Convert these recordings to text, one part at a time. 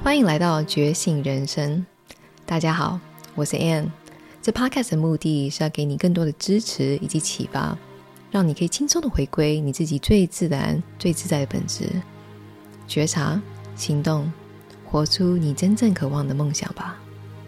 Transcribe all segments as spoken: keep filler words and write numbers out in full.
欢迎来到觉醒人生。大家好，我是 Ann。 这 podcast 的目的是要给你更多的支持以及启发，让你可以轻松的回归你自己最自然最自在的本质，觉察、行动，活出你真正渴望的梦想吧。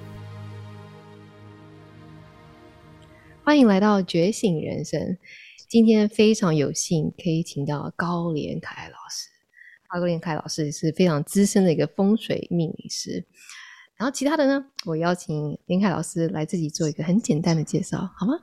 欢迎来到觉醒人生。今天非常有幸可以请到高连凯老师。高连凯老师是非常资深的一个风水命理师。然后其他的呢，我邀请连凯老师来自己做一个很简单的介绍，好吗？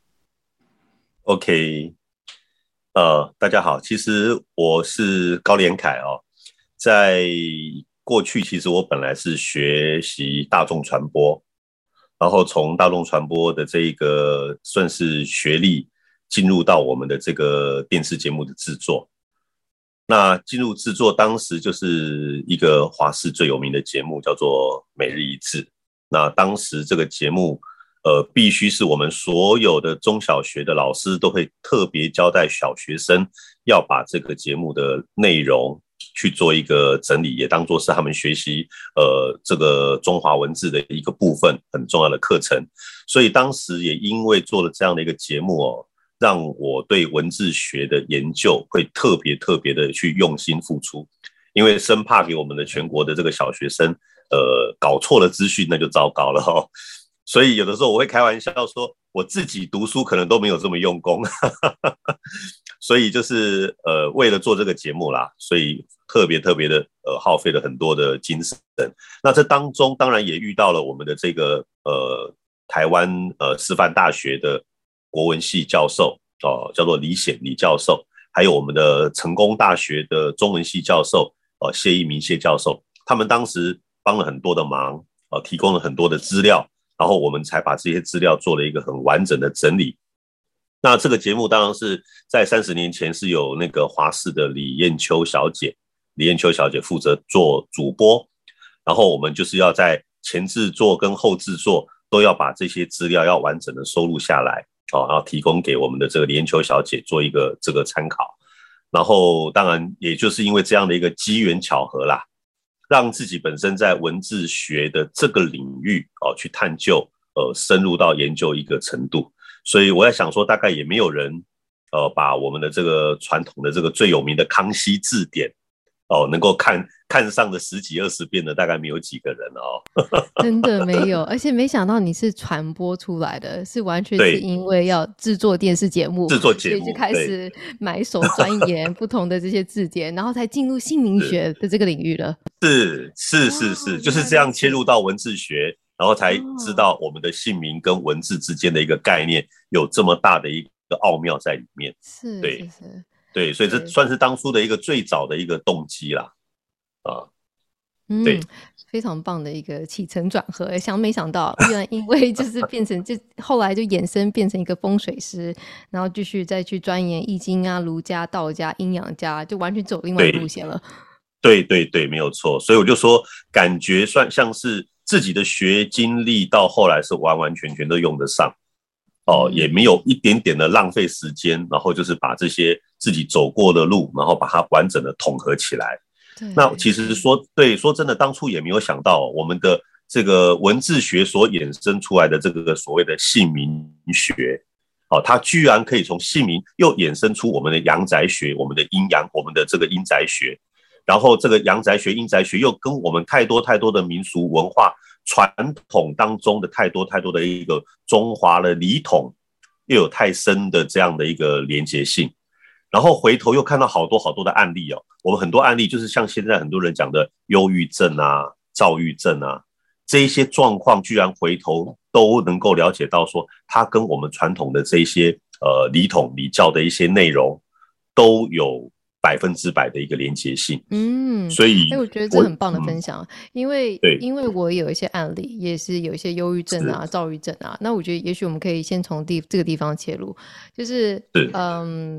OK， 呃，大家好，其实我是高连凯哦。在过去，其实我本来是学习大众传播，然后从大众传播的这一个算是学历，进入到我们的这个电视节目的制作。那进入制作，当时就是一个华视最有名的节目，叫做《每日一字》。那当时这个节目，呃，必须是我们所有的中小学的老师都会特别交代小学生，要把这个节目的内容去做一个整理，也当作是他们学习呃这个中华文字的一个部分，很重要的课程。所以当时也因为做了这样的一个节目哦，让我对文字学的研究会特别特别的去用心付出，因为生怕给我们的全国的这个小学生呃搞错了资讯，那就糟糕了哦。所以有的时候我会开玩笑说，我自己读书可能都没有这么用功所以就是呃为了做这个节目啦，所以特别特别的呃耗费了很多的精神。那这当中当然也遇到了我们的这个呃台湾呃师范大学的国文系教授哦、呃，叫做李显李教授，还有我们的成功大学的中文系教授呃谢一鸣谢教授，他们当时帮了很多的忙，呃提供了很多的资料，然后我们才把这些资料做了一个很完整的整理。那这个节目当然是在三十年前是有那个华视的李艳秋小姐，李艳秋小姐负责做主播，然后我们就是要在前制作跟后制作都要把这些资料要完整的收录下来，哦，然后提供给我们的这个李艳秋小姐做一个这个参考。然后当然也就是因为这样的一个机缘巧合啦，让自己本身在文字学的这个领域哦去探究，呃，深入到研究一个程度。所以我在想说，大概也没有人呃把我们的这个传统的这个最有名的康熙字典哦能够看看上的十几二十遍的，大概没有几个人哦真的没有。而且没想到你是传播出来的，是完全是因为要制作电视节目， 制作节目， 所以就开始埋首钻研不同的这些字典，然后才进入姓名学的这个领域了。 是是是是，就是这样切入到文字学，然后才知道我们的姓名跟文字之间的一个概念有这么大的一个奥妙在里面。 是， 对是是， 对，所以这算是当初的一个最早的一个动机啦。啊， 嗯， 对， 非常棒的一个起承转合。想没想到，居然因为就是变成就后来就衍生变成一个风水师，然后继续再去钻研易经啊、儒家、道家、阴阳家，就完全走另外一个路线了。 对对对，没有错。所以我就说，感觉算像是自己的学经历到后来是完完全全都用得上哦， 嗯、 也没有一点点的浪费时间，然后就是把这些自己走过的路，然后把它完整的统合起来。那其实说对，说真的，当初也没有想到我们的这个文字学所衍生出来的这个所谓的姓名学，哦，它居然可以从姓名又衍生出我们的阳宅学、我们的阴阳、我们的这个阴宅学，然后这个阳宅学、阴宅学又跟我们太多太多的民俗文化传统当中的太多太多的一个中华的礼统，又有太深的这样的一个连结性。然后回头又看到好多好多的案例哦，我们很多案例就是像现在很多人讲的忧郁症啊、躁郁症啊，这一些状况居然回头都能够了解到说，它跟我们传统的这一些呃礼统礼教的一些内容都有百分之百的一个连结性。 嗯， 所以哎，我觉得这很棒的分享，嗯、因为对， 因为我有一些案例，也是有一些忧郁症啊、躁郁症啊，那我觉得也许我们可以先从地这个地方切入，就是嗯。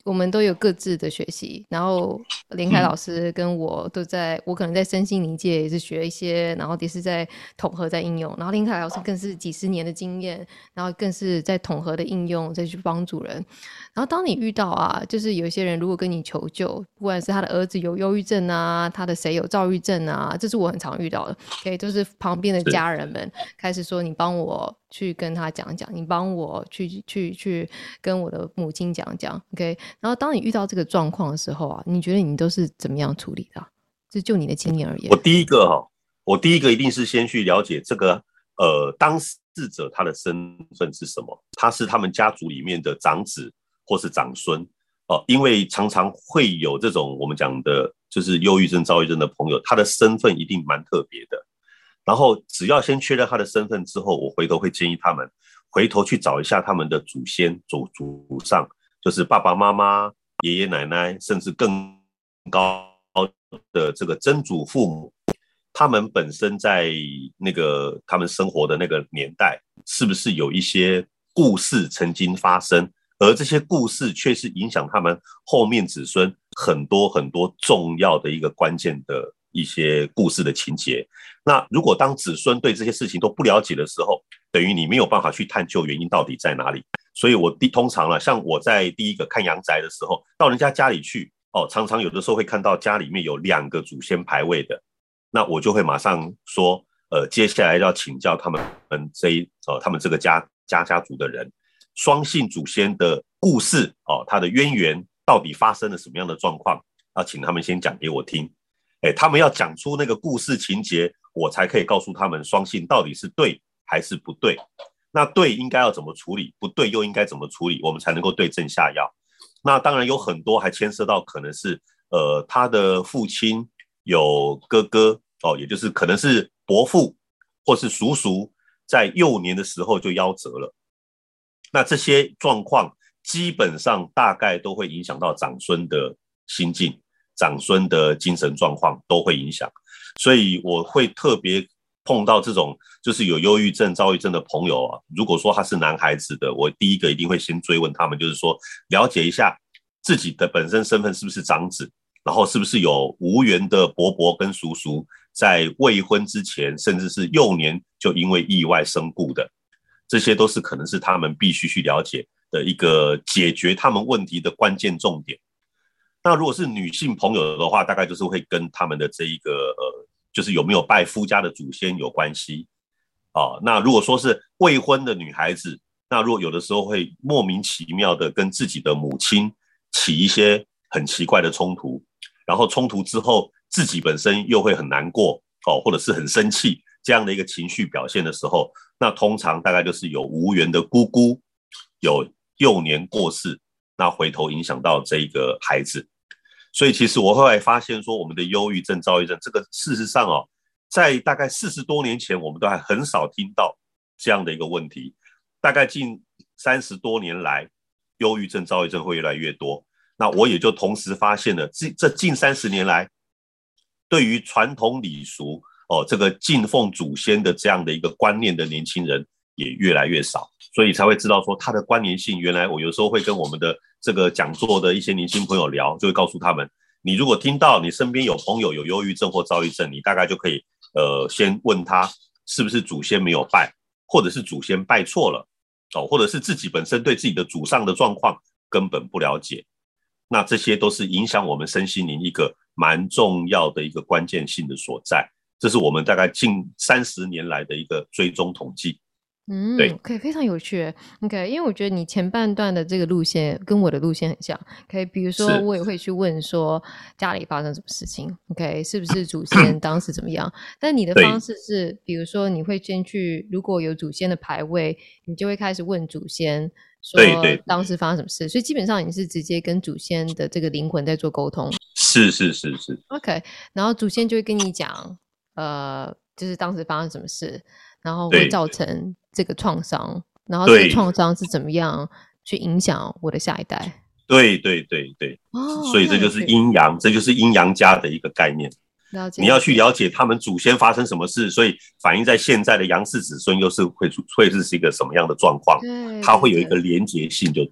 我们都有各自的学习，然后连凯老师跟我都在、嗯、我可能在身心灵界也是学一些，然后也是在统合在应用，然后连凯老师更是几十年的经验，然后更是在统合的应用再去帮助人。然后当你遇到啊，就是有一些人如果跟你求救，不管是他的儿子有忧郁症啊，他的谁有躁郁症啊，这是我很常遇到的。OK， 就是旁边的家人们开始说，你帮我去跟他讲讲，你帮我去去去跟我的母亲讲讲 OK。 然后当你遇到这个状况的时候啊，你觉得你都是怎么样处理的、啊、就就你的经验而言。 我第一个、哦、我第一个一定是先去了解这个呃当事者他的身份是什么，他是他们家族里面的长子或是长孙、呃、因为常常会有这种我们讲的就是忧郁症躁郁症的朋友，他的身份一定蛮特别的，然后只要先确认他的身份之后，我回头会建议他们回头去找一下他们的祖先祖祖上，就是爸爸妈妈爷爷奶奶甚至更高的这个曾祖父母，他们本身在那个他们生活的那个年代是不是有一些故事曾经发生，而这些故事却是影响他们后面子孙很多很多重要的一个关键的一些故事的情节。那如果当子孙对这些事情都不了解的时候，等于你没有办法去探究原因到底在哪里。所以我通常了，像我在第一个看阳宅的时候，到人家家里去哦，常常有的时候会看到家里面有两个祖先牌位的，那我就会马上说，呃，接下来要请教他们这一呃他们这个家家家族的人，双姓祖先的故事哦，他的渊源到底发生了什么样的状况，要请他们先讲给我听。哎，他们要讲出那个故事情节，我才可以告诉他们双姓到底是对还是不对。那对应该要怎么处理，不对又应该怎么处理，我们才能够对症下药。那当然有很多还牵涉到可能是呃他的父亲有哥哥哦，也就是可能是伯父或是叔叔在幼年的时候就夭折了。那这些状况基本上大概都会影响到长孙的心境，长孙的精神状况都会影响。所以我会特别碰到这种就是有忧郁症躁郁症的朋友啊，如果说他是男孩子的，我第一个一定会先追问他们，就是说了解一下自己的本身身份是不是长子，然后是不是有无缘的伯伯跟叔叔在未婚之前甚至是幼年就因为意外身故的，这些都是可能是他们必须去了解的一个解决他们问题的关键重点。那如果是女性朋友的话，大概就是会跟他们的这一个呃，就是有没有拜夫家的祖先有关系啊。那如果说是未婚的女孩子，那如果有的时候会莫名其妙的跟自己的母亲起一些很奇怪的冲突，然后冲突之后自己本身又会很难过哦，或者是很生气，这样的一个情绪表现的时候，那通常大概就是有无缘的姑姑有幼年过世，那回头影响到这一个孩子。所以其实我后来发现说，我们的忧郁症躁郁症这个事实上哦，在大概四十多年前我们都还很少听到这样的一个问题，大概近三十多年来忧郁症躁郁症会越来越多。那我也就同时发现了这这近三十年来对于传统礼俗哦，这个敬奉祖先的这样的一个观念的年轻人也越来越少，所以才会知道说它的关联性。原来我有时候会跟我们的这个讲座的一些年轻朋友聊，就会告诉他们，你如果听到你身边有朋友有忧郁症或躁郁症，你大概就可以呃先问他是不是祖先没有拜，或者是祖先拜错了哦，或者是自己本身对自己的祖上的状况根本不了解。那这些都是影响我们身心灵一个蛮重要的一个关键性的所在，这是我们大概近三十年来的一个追踪统计。 嗯，对，可以，非常有趣。OK， 因为我觉得你前半段的这个路线跟我的路线很像。可以，比如说我也会去问说家里发生什么事情 ，OK， 是不是祖先当时怎么样？但你的方式是，比如说你会先去，如果有祖先的牌位，你就会开始问祖先说当时发生什么事。所以基本上你是直接跟祖先的这个灵魂在做沟通。 是是是是。 OK， 然后祖先就会跟你讲，呃，就是当时发生什么事。然后会造成这个创伤，然后这个创伤是怎么样去影响我的下一代。 对对对对、哦、所以这就是阴阳，这就是阴阳家的一个概念。 了解， 你要去了解他们祖先发生什么事，所以反映在现在的阳世子孙又是会会是一个什么样的状况，它会有一个连结性就对了。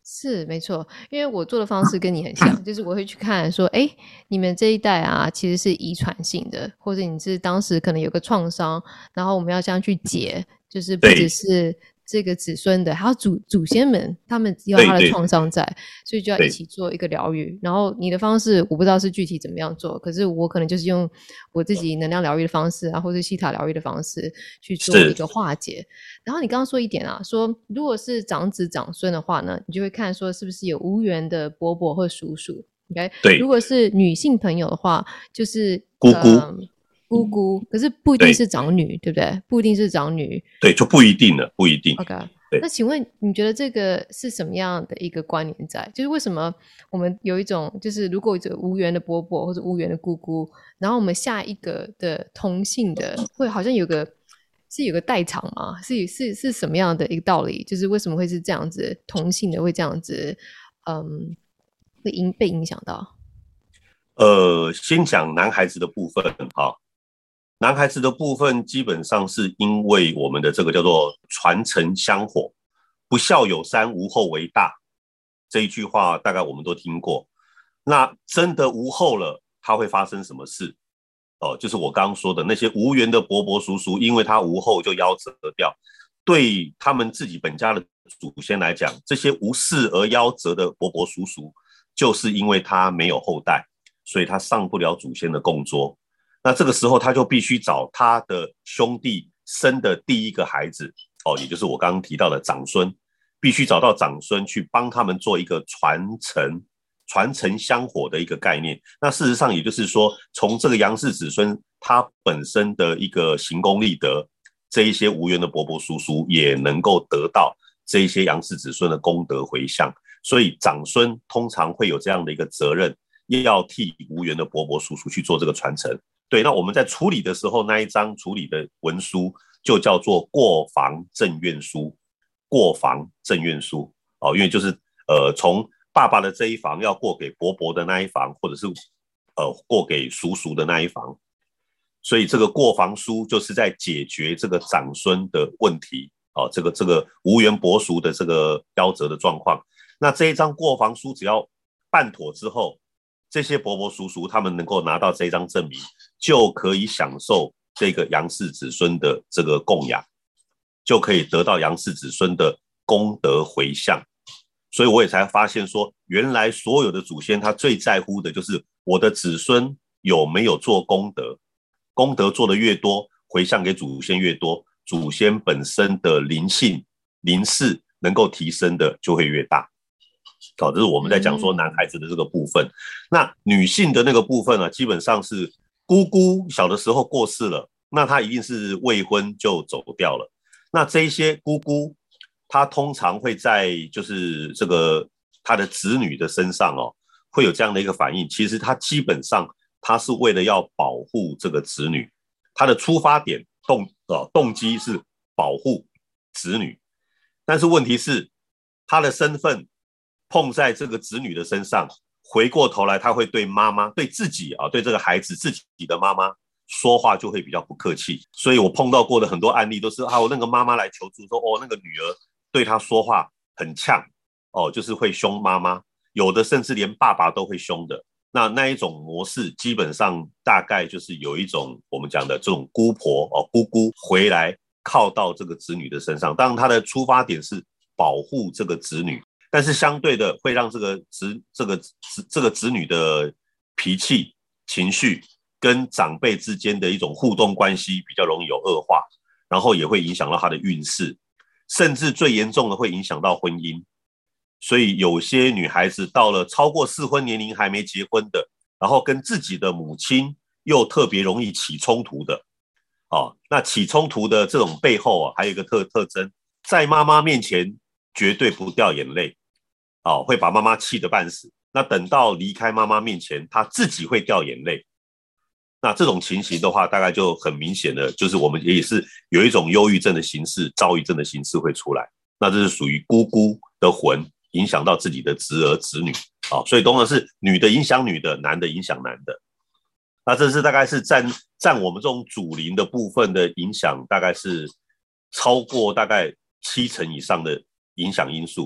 是没错，因为我做的方式跟你很像，就是我会去看说，哎，你们这一代啊，其实是遗传性的，或者你是当时可能有个创伤，然后我们要这样去解，就是不只是这个子孙的，还有祖祖先们，他们有他的创伤在，所以就要一起做一个疗愈。然后你的方式我不知道是具体怎么样做，可是我可能就是用我自己能量疗愈的方式啊，或是西塔疗愈的方式去做一个化解。然后你刚刚说一点啊，说如果是长子长孙的话呢，你就会看说是不是有无缘的伯伯或叔叔。OK， 对， 如果是女性朋友的话，就是姑姑。 呃姑姑，可是不一定是长女， 对, 对不对？不一定是长女， 对，就不一定了，不一定。 OK， 那请问你觉得这个是什么样的一个观念在？就是为什么我们有一种，就是如果有无缘的伯伯或者无缘的姑姑，然后我们下一个的同性的，会好像有个是有个代偿吗？是是是什么样的一个道理？就是为什么会是这样子，同性的会这样子，嗯，会影被影响到？ 呃，先讲男孩子的部分哈。男孩子的部分基本上是因为我们的这个叫做传承香火，不孝有三，无后为大，这一句话大概我们都听过。那真的无后了，他会发生什么事？哦，就是我刚刚说的那些无缘的伯伯叔叔，因为他无后就夭折掉。对他们自己本家的祖先来讲，这些无嗣而夭折的伯伯叔叔，就是因为他没有后代，所以他上不了祖先的供桌。那这个时候他就必须找他的兄弟生的第一个孩子，哦，也就是我刚刚提到的长孙，必须找到长孙去帮他们做一个传承传承香火的一个概念。那事实上也就是说，从这个杨氏子孙他本身的一个行功立德，这一些无缘的伯伯叔叔也能够得到这一些杨氏子孙的功德回向，所以长孙通常会有这样的一个责任，要替无缘的伯伯叔叔去做这个传承。对，那我们在处理的时候，那一张处理的文书就叫做过房赠愿书。过房赠愿书，哦，因为就是呃，从爸爸的这一房要过给伯伯的那一房，或者是呃过给叔叔的那一房，所以这个过房书就是在解决这个长孙的问题，哦，这个这个无缘伯叔的这个夭折的状况。那这一张过房书只要办妥之后，这些伯伯叔叔他们能够拿到这张证明，就可以享受这个杨氏子孙的这个供养，就可以得到杨氏子孙的功德回向。所以我也才发现说，原来所有的祖先他最在乎的就是我的子孙有没有做功德，功德做得越多，回向给祖先越多，祖先本身的灵性灵视能够提升的就会越大。好，这是我们在讲说男孩子的这个部分。嗯、那女性的那个部分呢、啊，基本上是姑姑小的时候过世了，那她一定是未婚就走掉了。那这一些姑姑，她通常会在就是这个她的子女的身上哦，会有这样的一个反应。其实她基本上她是为了要保护这个子女，她的出发点动呃动机是保护子女，但是问题是她的身份碰在这个子女的身上，回过头来他会对妈妈对自己啊，对这个孩子自己的妈妈说话就会比较不客气。所以我碰到过的很多案例都是啊，我那个妈妈来求助说，哦，那个女儿对她说话很呛，哦，就是会凶妈妈，有的甚至连爸爸都会凶的。那那一种模式基本上大概就是有一种我们讲的这种姑婆哦，姑姑回来靠到这个子女的身上，当然她的出发点是保护这个子女，但是相对的会让这个子这个这个子女的脾气情绪跟长辈之间的一种互动关系比较容易有恶化，然后也会影响到他的运势，甚至最严重的会影响到婚姻。所以有些女孩子到了超过适婚年龄还没结婚的，然后跟自己的母亲又特别容易起冲突的，哦，那起冲突的这种背后啊，还有一个特特征，在妈妈面前绝对不掉眼泪，哦，会把妈妈气得半死。那等到离开妈妈面前，她自己会掉眼泪。那这种情形的话，大概就很明显的，就是我们也是有一种忧郁症的形式、躁郁症的形式会出来。那这是属于姑姑的魂影响到自己的侄儿侄女，哦，所以当然是女的影响女的，男的影响男的。那这是大概是占占我们这种祖灵的部分的影响，大概是超过大概七成以上的影响因素。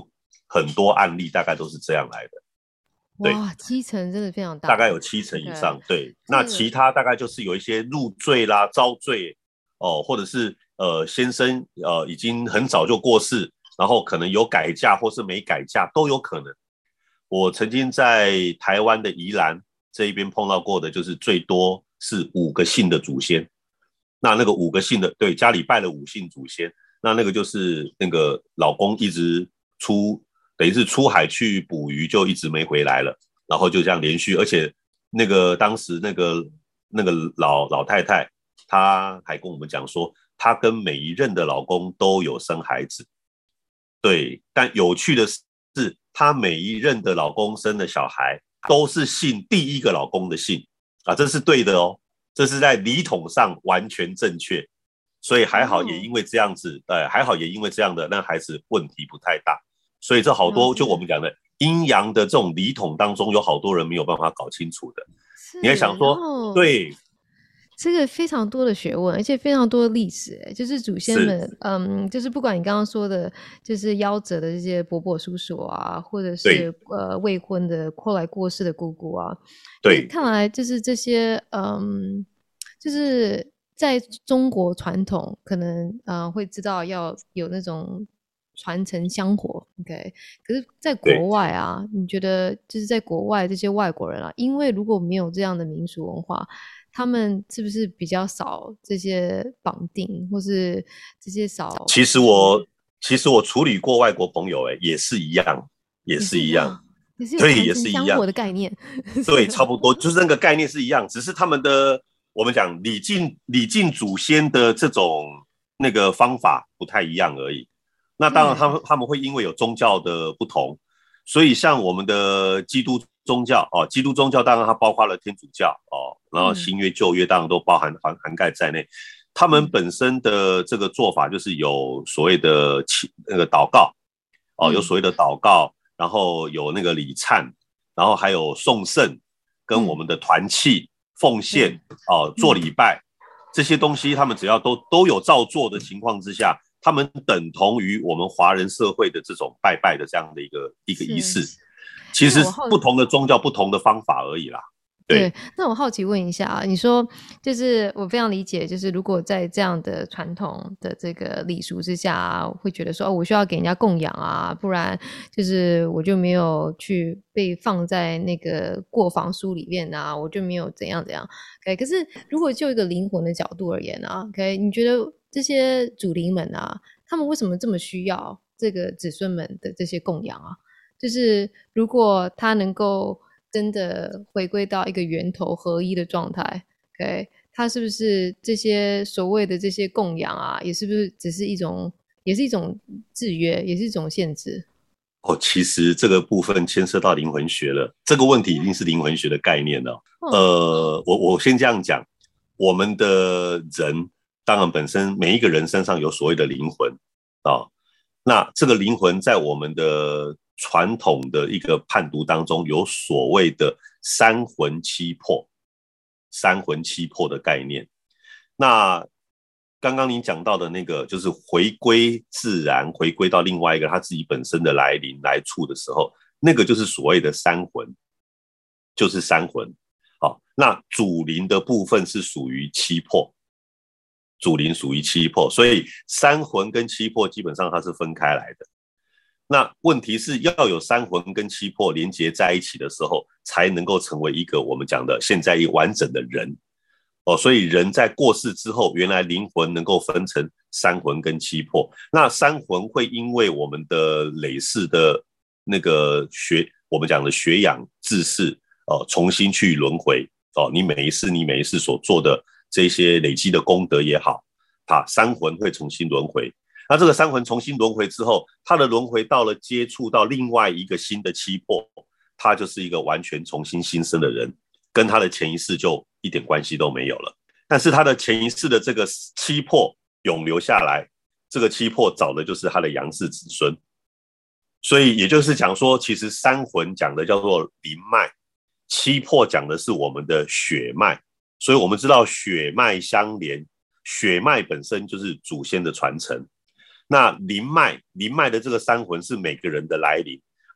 很多案例大概都是这样来的。 哇，七成真的非常大， 大概有七成以上。Okay. 对，那其他大概就是有一些入赘啦、遭罪哦，或者是呃先生呃已经很早就过世，然后可能有改嫁或是没改嫁都有可能。我曾经在台湾的宜兰这一边碰到过的，就是最多是五个姓的祖先。那那个五个姓的，对，家里拜了五姓祖先，那那个就是那个老公一直出。等于是出海去捕鱼就一直没回来了，然后就这样连续，而且那个当时那个那个老老太太，她还跟我们讲说，她跟每一任的老公都有生孩子，对，但有趣的是，她每一任的老公生的小孩都是姓第一个老公的姓啊，这是对的哦，这是在礼统上完全正确，所以还好也因为这样子，呃，还好也因为这样的，那孩子问题不太大。所以这好多就我们讲的阴阳的这种礼统当中，有好多人没有办法搞清楚的。你还想说，对， 这个非常多的学问，而且非常多的历史，就是祖先们，嗯，就是不管你刚刚说的，就是夭折的这些伯伯叔叔啊，或者是呃未婚的后来过世的姑姑啊， 对， 看来就是这些，嗯，就是在中国传统可能呃会知道要有那种。传承香火 ，OK， 可是在国外啊，你觉得就是在国外这些外国人啊，因为如果没有这样的民俗文化，他们是不是比较少这些绑定，或是这些少？ 其实我其实我处理过外国朋友、欸，哎，也是一样，也是一样， 也是有传承香火的概念， 对，差不多，就是那个概念是一样，只是他们的我们讲礼敬礼敬祖先的这种那个方法不太一样而已。那当然他们他们会因为有宗教的不同，所以像我们的基督宗教哦，基督宗教当然它包括了天主教哦，然后新约旧约当然都包含涵涵盖在内。他们本身的这个做法就是有所谓的那个祷告哦，有所谓的祷告，然后有那个礼忏，然后还有颂圣，跟我们的团契奉献哦，做礼拜这些东西，他们只要都都有照做的情况之下。他们等同于我们华人社会的这种拜拜的这样的一个一个仪式，其实不同的宗教不同的方法而已啦。对， 对，那我好奇问一下啊，你说就是我非常理解，就是如果在这样的传统的这个礼俗之下、啊，会觉得说哦，我需要给人家供养啊，不然就是我就没有去被放在那个过房书里面啊，我就没有怎样怎样。OK， 可是如果就一个灵魂的角度而言啊 ，OK， 你觉得这些祖灵们啊，他们为什么这么需要这个子孙们的这些供养啊？就是如果他能够真的回归到一个源头合一的状态 ，OK， 他是不是这些所谓的这些供养啊，也是不是只是一种，也是一种制约，也是一种限制？ 哦，其实这个部分牵涉到灵魂学了，这个问题一定是灵魂学的概念了、哦。呃，我我先这样讲，我们的人当然本身每一个人身上有所谓的灵魂啊、哦，那这个灵魂在我们的传统的一个判读当中，有所谓的三魂七魄，三魂七魄的概念。那刚刚您讲到的那个，就是回归自然，回归到另外一个他自己本身的来临来处的时候，那个就是所谓的三魂，就是三魂。好，那主灵的部分是属于七魄，主灵属于七魄，所以三魂跟七魄基本上它是分开来的。那问题是要有三魂跟七魄连接在一起的时候，才能够成为一个我们讲的现在一完整的人哦。所以人在过世之后，原来灵魂能够分成三魂跟七魄。那三魂会因为我们的累世的那个学，我们讲的学养治世哦，重新去轮回哦。你每一世你每一世所做的这些累积的功德也好，啊，三魂会重新轮回。那这个三魂重新轮回之后，他的轮回到了接触到另外一个新的七魄，他就是一个完全重新新生的人，跟他的前一世就一点关系都没有了。但是他的前一世的这个七魄永留下来，这个七魄找的就是他的阳世子孙。所以也就是讲说，其实三魂讲的叫做灵脉，七魄讲的是我们的血脉。所以我们知道血脉相连，血脉本身就是祖先的传承。那灵脉，灵脉的这个三魂是每个人的来临，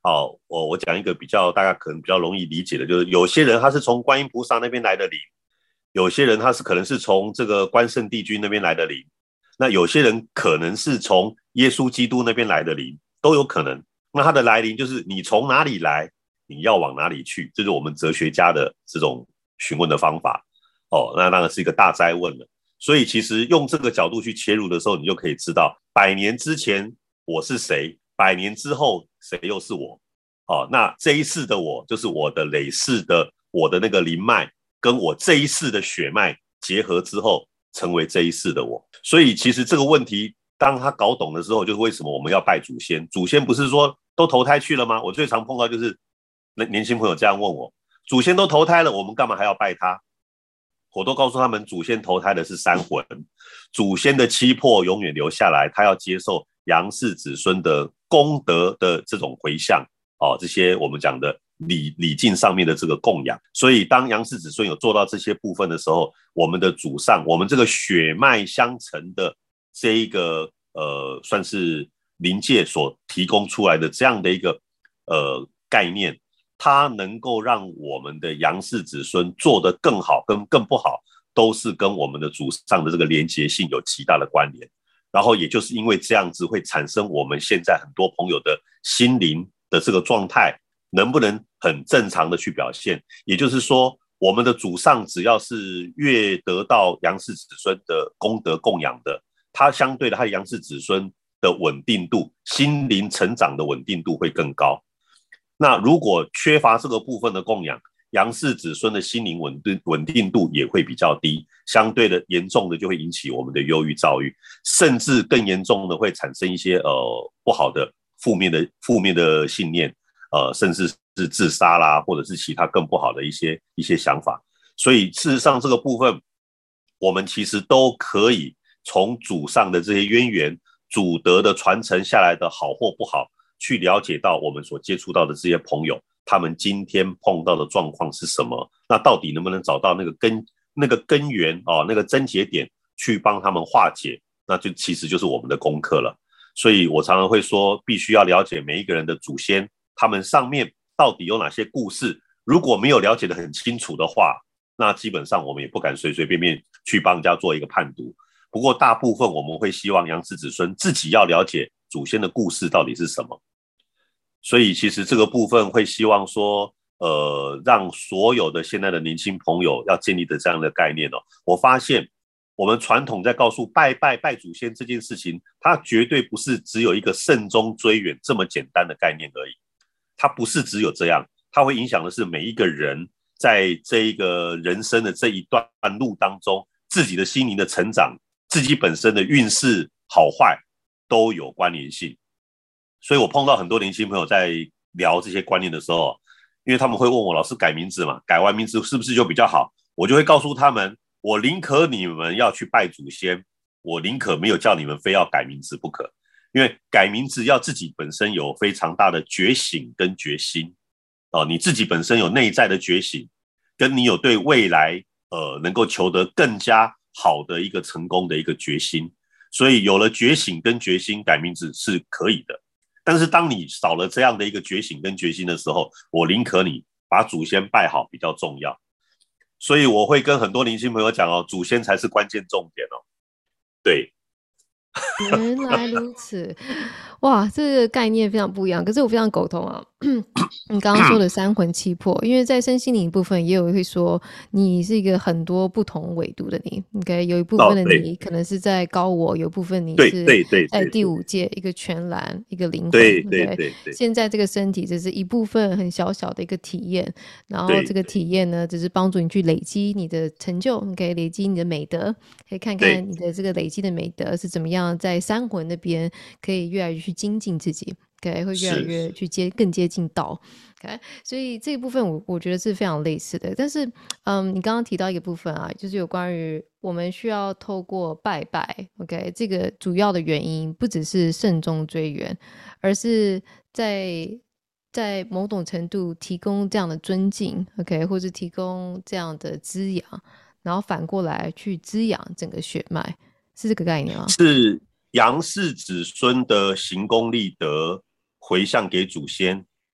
好，我我讲一个比较大家可能比较容易理解的，就是有些人他是从观音菩萨那边来的灵，有些人他是可能是从这个关圣帝君那边来的灵，那有些人可能是从耶稣基督那边来的灵，都有可能。那他的来临就是你从哪里来，你要往哪里去，这是我们哲学家的这种询问的方法。哦，那当然是一个大哉问了。所以其实用这个角度去切入的时候，你就可以知道，百年之前我是谁，百年之后谁又是我。哦，那这一世的我就是我的累世的我的那个灵脉，跟我这一世的血脉结合之后，成为这一世的我。所以其实这个问题，当他搞懂的时候，就是为什么我们要拜祖先？祖先不是说都投胎去了吗？我最常碰到就是年轻朋友这样问我：祖先都投胎了，我们干嘛还要拜他？我都告诉他们，祖先投胎的是三魂，祖先的七魄永远留下来，他要接受杨氏子孙的功德的这种回向。哦，这些我们讲的礼礼敬上面的这个供养，所以当杨氏子孙有做到这些部分的时候，我们的祖上，我们这个血脉相承的这一个呃，算是灵界所提供出来的这样的一个呃概念，它能够让我们的杨氏子孙做得更好跟更不好，都是跟我们的祖上的这个连结性有极大的关联。然后也就是因为这样子，会产生我们现在很多朋友的心灵的这个状态能不能很正常的去表现。也就是说，我们的祖上只要是越得到杨氏子孙的功德供养的，他相对的他杨氏子孙的稳定度，心灵成长的稳定度会更高。那如果缺乏这个部分的供养，杨氏子孙的心灵稳定稳定度也会比较低，相对的严重的就会引起我们的忧郁躁郁，甚至更严重的会产生一些呃不好的负面的负面的信念，呃甚至是自杀啦，或者是其他更不好的一些一些想法。所以事实上这个部分，我们其实都可以从祖上的这些渊源、祖德的传承下来的好或不好，去了解到我们所接触到的这些朋友，他们今天碰到的状况是什么？那到底能不能找到那个根、那个根源哦，那个症结点，去帮他们化解？那就其实就是我们的功课了。所以我常常会说，必须要了解每一个人的祖先，他们上面到底有哪些故事。如果没有了解得很清楚的话，那基本上我们也不敢随随便便去帮人家做一个判读。不过大部分我们会希望杨氏子孙自己要了解祖先的故事到底是什么。所以其实这个部分会希望说，呃，让所有的现在的年轻朋友要建立的这样的概念哦。我发现我们传统在告诉拜拜拜祖先这件事情，它绝对不是只有一个慎终追远这么简单的概念而已。它不是只有这样，它会影响的是每一个人在这一个人生的这一段路当中，自己的心灵的成长，自己本身的运势好坏都有关联性。所以我碰到很多年轻朋友在聊这些观念的时候，因为他们会问我，老师改名字嘛，改完名字是不是就比较好？我就会告诉他们，我宁可你们要去拜祖先，我宁可没有叫你们非要改名字不可。因为改名字要自己本身有非常大的觉醒跟决心，哦，你自己本身有内在的觉醒，跟你有对未来呃能够求得更加好的一个成功的一个决心，所以有了觉醒跟决心，改名字是可以的。但是当你少了这样的一个觉醒跟决心的时候，我宁可你把祖先拜好比较重要。所以我会跟很多年轻朋友讲哦，祖先才是关键重点哦。对。 原来如此，哇，这个概念非常不一样，可是我非常苟同啊。你刚刚说的三魂七魄，因为在身心灵部分也有会说，你是一个很多不同纬度的你 ，OK， 有一部分的你可能是在高我，有一部分你是在第五界，一个全然，一个灵魂， 对对对对。 现在这个身体只是一部分很小小的一个体验，然后这个体验呢，只是帮助你去累积你的成就，你可以累积你的美德，可以看看你的这个累积的美德是怎么样在三魂那边可以越来越去精进自己。Okay, 会越来越去接更接近道 okay? 所以这一部分 我, 我觉得是非常类似的。但是嗯，你刚刚提到一个部分啊，就是有关于我们需要透过拜拜 OK， 这个主要的原因不只是慎终追远，而是在在某种程度提供这样的尊敬 OK， 或是提供这样的滋养，然后反过来去滋养整个血脉，是这个概念吗？ 是杨氏子孙的行功立德回向给祖先，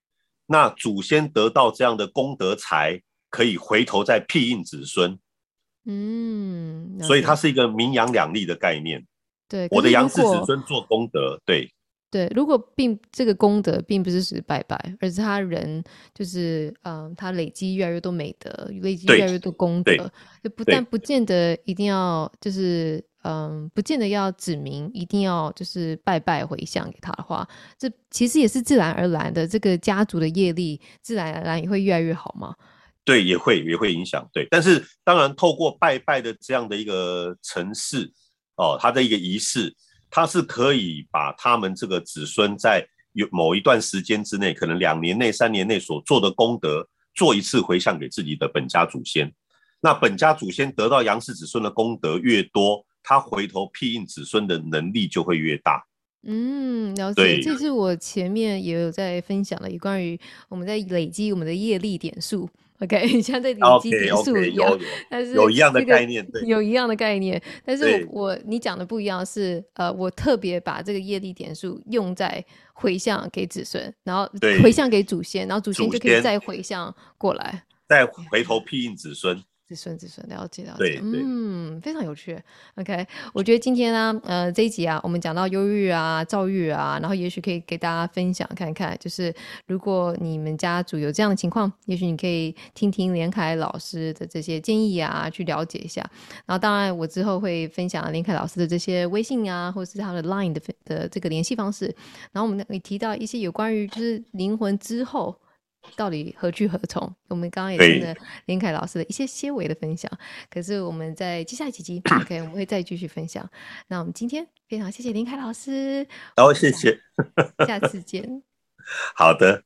那祖先得到这样的功德财，可以回头再庇荫子孙。 嗯， 所以它是一个名扬两利的概念。 对， 我的杨氏子孙做功德，对对。如果并这个功德并不是只是拜拜，而是他人就是嗯，他累积越来越多美德，累积越来越多功德，就不但不见得一定要就是嗯，不见得要指明一定要就是拜拜回向给他的话，这其实也是自然而然的，这个家族的业力自然而然也会越来越好嘛。 对，也会也会影响，对。但是当然，透过拜拜的这样的一个程式，哦，它的一个仪式，它是可以把他们这个子孙在有某一段时间之内，可能两年内、三年内所做的功德，做一次回向给自己的本家祖先。那本家祖先得到杨氏子孙的功德越多，他回头庇荫子孙的能力就会越大。 嗯，了解。这是我前面也有在分享的，有关于我们在累积我们的业力点数。OK， 像在累积点数一样， okay, okay, 但是、這個、 有一样的概念，对， 有一样的概念。但是我我你讲的不一样是，呃，我特别把这个业力点数用在回向给子孙，然后回向给祖先，然后祖先就可以再回向过来， 再回头庇荫子孙。 子孙子孙了解了解， 嗯，非常有趣。OK， 我觉得今天呢，呃，这一集啊，我们讲到忧郁啊、躁郁啊，然后也许可以给大家分享看看，就是如果你们家族有这样的情况，也许你可以听听连凯老师的这些建议啊，去了解一下。然后当然我之后会分享连凯老师的这些微信啊，或是他的 Line 的的这个联系方式。然后我们也提到一些有关于就是灵魂之后到底何去何从，我们刚刚也听了连凯老师的一些些微的分享，可是我们在接下来几集OK 我们会再继续分享。那我们今天非常谢谢连凯老师， 好，谢谢， 下次见。 好的。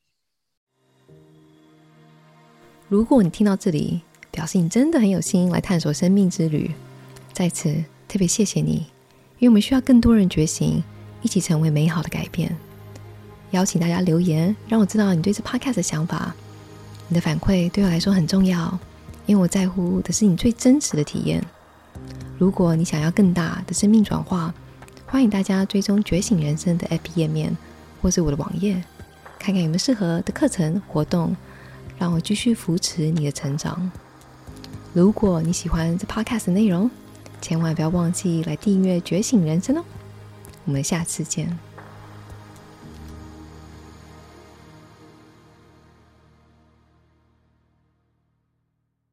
如果你听到这里，表示你真的很有心来探索生命之旅，在此特别谢谢你，因为我们需要更多人觉醒，一起成为美好的改变。邀请大家留言，让我知道你对这 podcast 的想法。你的反馈对我来说很重要，因为我在乎的是你最真实的体验。如果你想要更大的生命转化，欢迎大家追踪觉醒人生的 A P P 页面，或是我的网页，看看有没有适合的课程活动，让我继续扶持你的成长。如果你喜欢这 podcast 的内容，千万不要忘记来订阅觉醒人生哦。我们下次见。